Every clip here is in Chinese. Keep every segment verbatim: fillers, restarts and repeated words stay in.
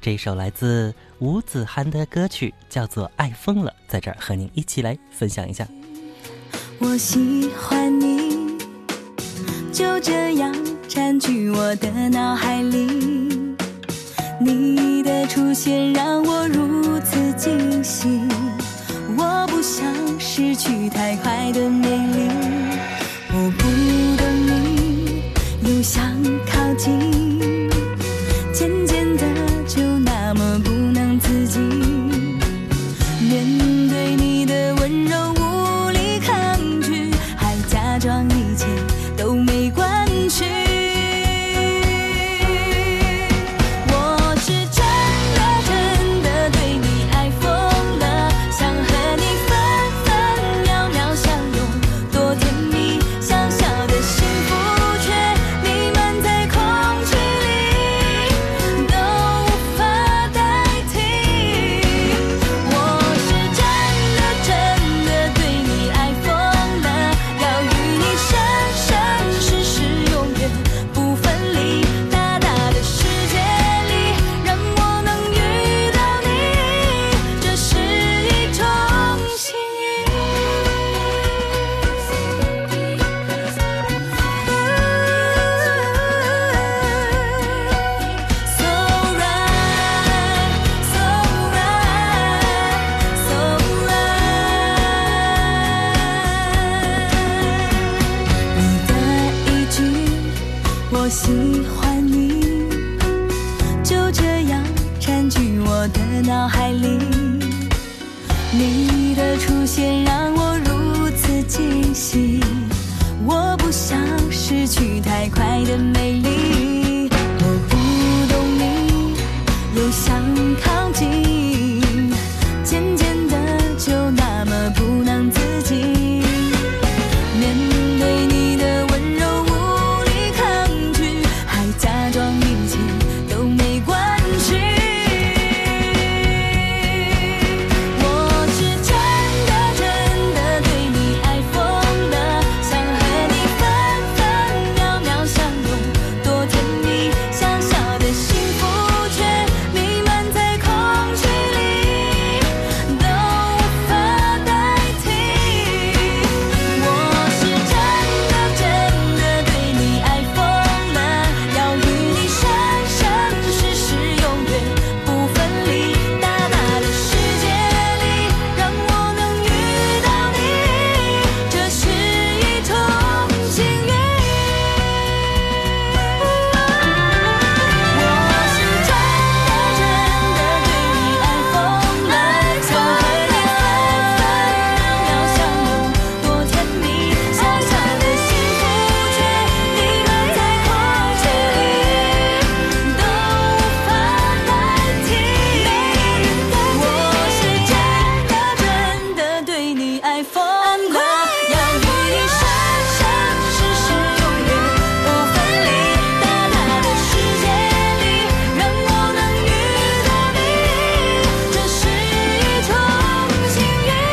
这一首来自吴子涵的歌曲叫做《爱疯了》，在这儿和您一起来分享一下。 我喜欢你，就这样占据我的脑海里，你的出现让我如此惊喜，我不想失去太快的美丽，我不懂你又想靠近，渐渐的就那么不能自己，面对你的温柔无力抗拒，还假装一切都没关系。我喜欢你，就这样占据我的脑海里，你的出现让我如此惊喜，我不想失去太快的美丽，我不懂你又想靠近，渐渐的就那么不能自己，面对你的温柔假装一切都没关系，我是真的真的对你爱疯了，想和你分分秒秒相拥，多甜蜜，小小的幸福却弥漫在空气里，都无法代替，我是真的真的对你爱疯了，要与你生生世世永远不分离，大大的世界里让我能遇到你，这是一种幸运，我是真的真的对你爱疯了，想和你分分秒秒相拥，多甜蜜，小小的幸福却弥漫在空气里，都无法代替，我是真的真的对你爱疯了，要与你生生世世永远不分离，大大的世界里让我能遇到你，这是一种幸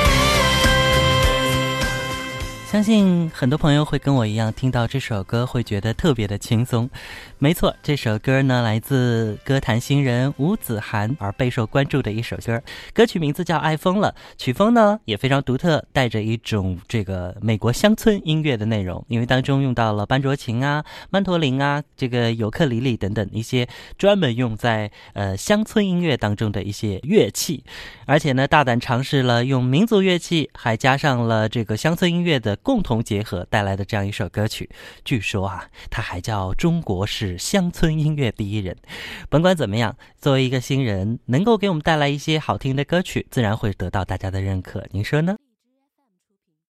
运。 相信很多朋友会跟我一样，听到这首歌会觉得特别的轻松。没错，这首歌呢来自歌坛新人吴子涵，而备受关注的一首歌，歌曲名字叫《爱疯了》，曲风呢也非常独特，带着一种这个美国乡村音乐的内容，因为当中用到了班卓琴啊、曼陀林啊、这个尤克里里等等一些专门用在呃乡村音乐当中的一些乐器，而且呢大胆尝试了用民族乐器还加上了这个乡村音乐的共同结合带来的这样一首歌曲。据说啊，它还叫中国式乡村音乐第一人。甭管怎么样，作为一个新人，能够给我们带来一些好听的歌曲，自然会得到大家的认可，您说呢？